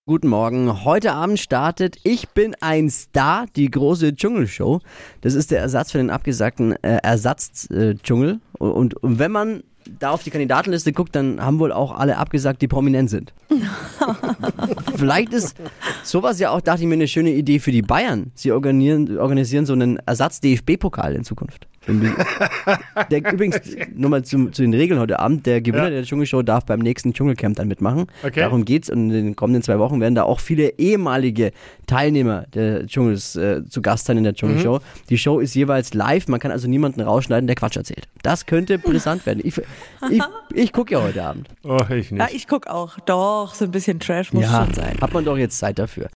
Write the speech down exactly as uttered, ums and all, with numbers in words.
Guten Morgen. Heute Abend startet Ich bin ein Star, die große Dschungelshow. Das ist der Ersatz für den abgesagten äh, Ersatz-Dschungel. Äh, und, und wenn man da auf die Kandidatenliste guckt, dann haben wohl auch alle abgesagt, die prominent sind. Vielleicht ist sowas ja auch, dachte ich mir, eine schöne Idee für die Bayern. Sie organisieren, organisieren so einen Ersatz-D F B-Pokal in Zukunft. Der, übrigens, nur mal zum, zu den Regeln heute Abend, der Gewinner ja. der Dschungelshow darf beim nächsten Dschungelcamp dann mitmachen. Okay. Darum geht's und in den kommenden zwei Wochen werden da auch viele ehemalige Teilnehmer der Dschungels äh, zu Gast sein in der Dschungelshow. Mhm. Die Show ist jeweils live, man kann also niemanden rausschneiden, der Quatsch erzählt. Das könnte brisant werden. Ich, ich, ich gucke ja heute Abend. Oh, ich nicht. Ja, ich gucke auch. Doch, so ein bisschen Trash muss ja, schon sein. Hat man doch jetzt Zeit dafür.